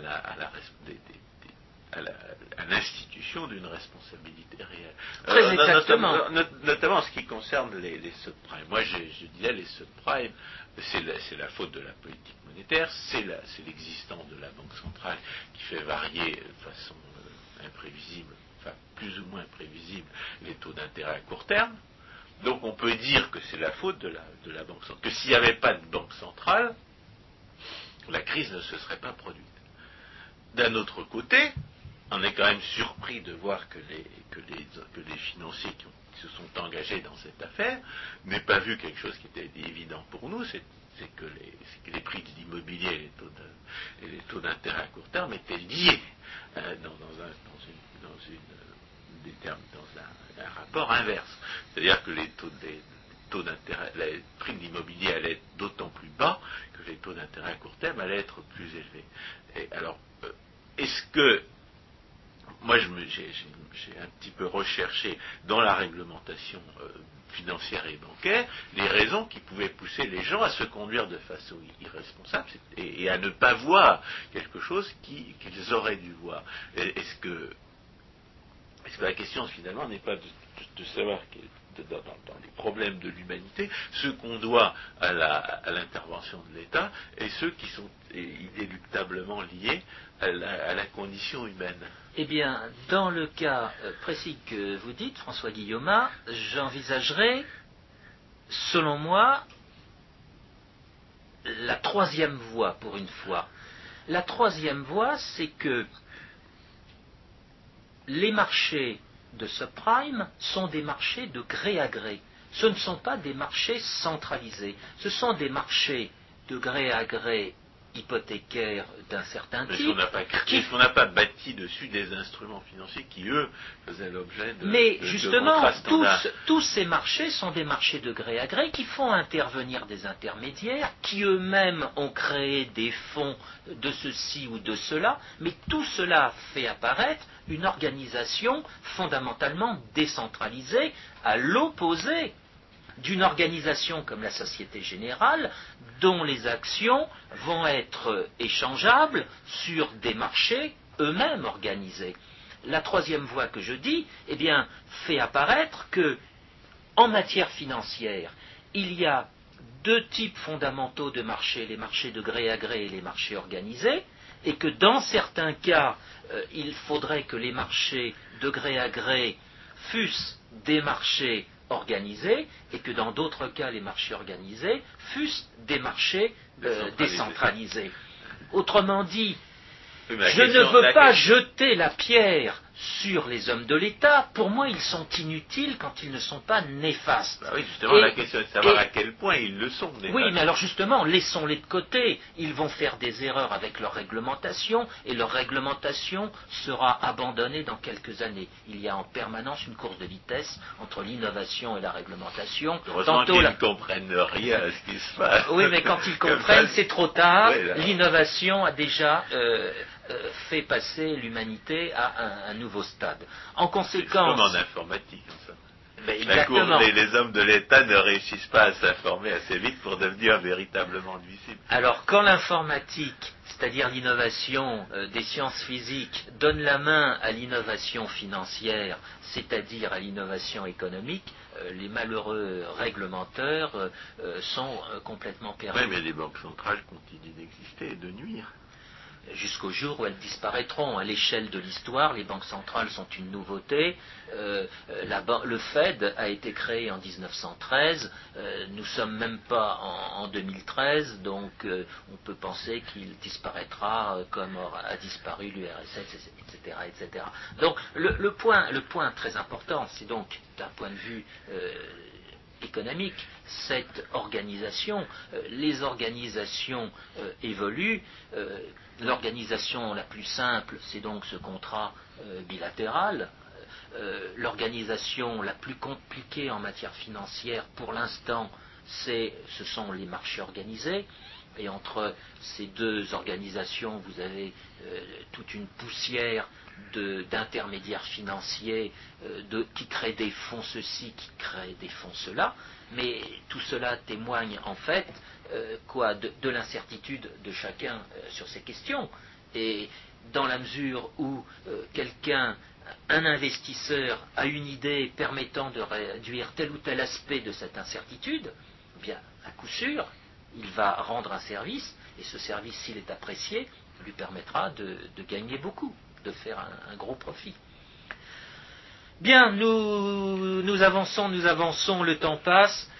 S2: l'institution d'une responsabilité réelle.
S1: Très exactement.
S2: Notamment en ce qui concerne les subprimes. Moi, je dirais les subprimes, c'est la faute de la politique monétaire, c'est l'existence de la Banque centrale qui fait varier de façon imprévisible, enfin plus ou moins prévisible, les taux d'intérêt à court terme. Donc on peut dire que c'est la faute de la Banque centrale, que s'il n'y avait pas de Banque centrale, la crise ne se serait pas produite. D'un autre côté, on est quand même surpris de voir que les financiers qui se sont engagés dans cette affaire n'aient pas vu quelque chose qui était évident pour nous, c'est que les prix de l'immobilier et les taux d'intérêt à court terme étaient liés dans un rapport inverse. C'est-à-dire que les prix de l'immobilier allaient être d'autant plus bas que les taux d'intérêt à court terme allaient être plus élevés. Et alors, est-ce que moi j'ai un petit peu recherché dans la réglementation financière et bancaire les raisons qui pouvaient pousser les gens à se conduire de façon irresponsable et à ne pas voir quelque chose qu'ils auraient dû voir. Est-ce que la question finalement n'est pas de savoir dans les problèmes de l'humanité ce qu'on doit à l'intervention de l'État et ceux qui sont inéluctablement liés à la condition humaine?
S1: Eh bien, dans le cas précis que vous dites, François Guillaume, j'envisagerais, selon moi, la troisième voie pour une fois. La troisième voie, c'est que les marchés de subprime sont des marchés de gré à gré. Ce ne sont pas des marchés centralisés. Ce sont des marchés de gré à gré hypothécaires d'un certain
S2: Mais
S1: type.
S2: est-ce qu'on n'a pas bâti dessus des instruments financiers qui, eux, faisaient l'objet de
S1: Mais
S2: de
S1: justement,
S2: contrats standards.
S1: tous ces marchés sont des marchés de gré à gré qui font intervenir des intermédiaires, qui eux-mêmes ont créé des fonds de ceci ou de cela, mais tout cela fait apparaître une organisation fondamentalement décentralisée, à l'opposé d'une organisation comme la Société Générale, dont les actions vont être échangeables sur des marchés eux-mêmes organisés. La troisième voie que je dis, eh bien, fait apparaître que, en matière financière, il y a deux types fondamentaux de marchés, les marchés de gré à gré et les marchés organisés, et que dans certains cas, il faudrait que les marchés de gré à gré fussent des marchés organisés, et que dans d'autres cas, les marchés organisés fussent des marchés décentralisés. Autrement dit, je ne veux pas jeter la pierre sur les hommes de l'État. Pour moi, ils sont inutiles quand ils ne sont pas néfastes.
S2: Bah oui, justement, la question est de savoir à quel point ils le sont, néfastes.
S1: Oui, mais alors justement, laissons-les de côté. Ils vont faire des erreurs avec leur réglementation, et leur réglementation sera abandonnée dans quelques années. Il y a en permanence une course de vitesse entre l'innovation et la réglementation.
S2: Heureusement qu'ils ne comprennent rien à ce qui se passe.
S1: Oui, mais quand ils comprennent, c'est trop tard.
S2: Oui,
S1: l'innovation a déjà fait passer l'humanité à un nouveau stade. En conséquence...
S2: C'est comme en informatique, ça.
S1: Exactement.
S2: Les hommes de l'État ne réussissent pas à s'informer assez vite pour devenir véritablement nuisibles.
S1: Alors, quand l'informatique, c'est-à-dire l'innovation des sciences physiques, donne la main à l'innovation financière, c'est-à-dire à l'innovation économique, les malheureux réglementeurs sont complètement perdus.
S2: Oui, mais les banques centrales continuent d'exister et de nuire.
S1: Jusqu'au jour où elles disparaîtront. À l'échelle de l'histoire, les banques centrales sont une nouveauté. Le Fed a été créé en 1913. Nous ne sommes même pas en 2013, donc on peut penser qu'il disparaîtra comme a disparu l'URSS, etc., etc. Donc le point très important, c'est donc d'un point de vue économique, cette organisation, les organisations évoluent. L'organisation la plus simple, c'est donc ce contrat bilatéral. L'organisation la plus compliquée en matière financière, pour l'instant, ce sont les marchés organisés. Et entre ces deux organisations, vous avez toute une poussière d'intermédiaires financiers qui créent des fonds ceci, qui créent des fonds cela. Mais tout cela témoigne en fait de l'incertitude de chacun sur ces questions. Et dans la mesure où un investisseur a une idée permettant de réduire tel ou tel aspect de cette incertitude, eh bien, à coup sûr, il va rendre un service, et ce service, s'il est apprécié, lui permettra de gagner beaucoup, de faire un gros profit. Bien, nous avançons, le temps passe.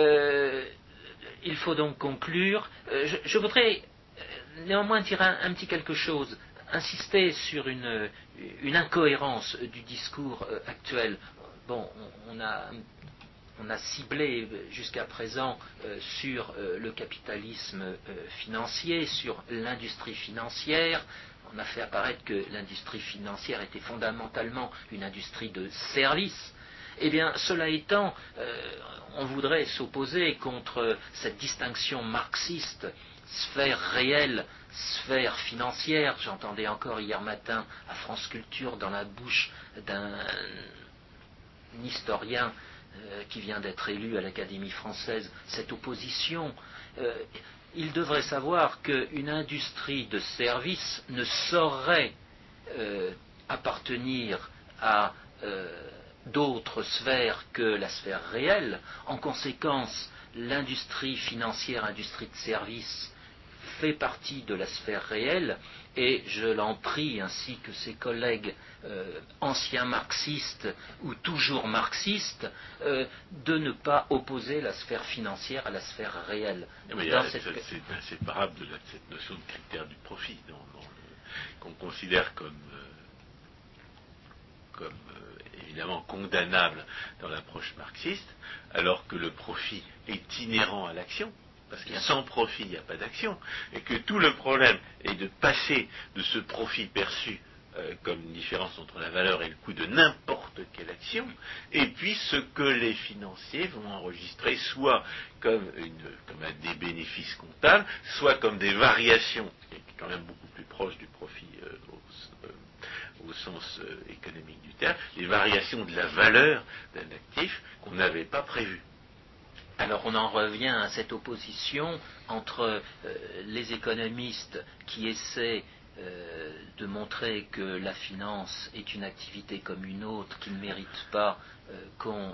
S1: Il faut donc conclure. Je voudrais néanmoins dire un petit quelque chose, insister sur une incohérence du discours actuel. Bon, on a ciblé jusqu'à présent sur le capitalisme financier, sur l'industrie financière. On a fait apparaître que l'industrie financière était fondamentalement une industrie de services. Eh bien, cela étant, on voudrait s'opposer contre cette distinction marxiste, sphère réelle, sphère financière. J'entendais encore hier matin à France Culture dans la bouche d'un historien qui vient d'être élu à l'Académie française, cette opposition. Il devrait savoir qu'une industrie de services ne saurait appartenir à d'autres sphères que la sphère réelle. En conséquence, l'industrie financière, industrie de services, fait partie de la sphère réelle, et je l'en prie, ainsi que ses collègues anciens marxistes ou toujours marxistes, de ne pas opposer la sphère financière à la sphère réelle.
S2: C'est inséparable de cette notion de critère du profit, qu'on considère comme évidemment condamnable dans l'approche marxiste, alors que le profit est inhérent à l'action. parce que sans profit, il n'y a pas d'action, et que tout le problème est de passer de ce profit perçu comme une différence entre la valeur et le coût de n'importe quelle action, et puis ce que les financiers vont enregistrer soit comme des bénéfices comptables, soit comme des variations, qui est quand même beaucoup plus proche du profit au sens économique du terme, des variations de la valeur d'un actif qu'on n'avait pas prévu.
S1: Alors on en revient à cette opposition entre les économistes qui essaient de montrer que la finance est une activité comme une autre qui ne mérite pas qu'on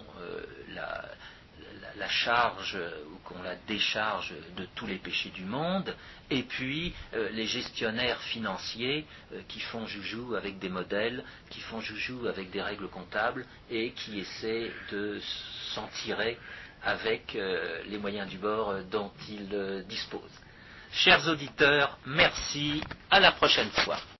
S1: la charge ou qu'on la décharge de tous les péchés du monde, et puis les gestionnaires financiers qui font joujou avec des modèles, qui font joujou avec des règles comptables et qui essaient de s'en tirer avec les moyens du bord dont ils disposent. Chers auditeurs, merci, à la prochaine fois.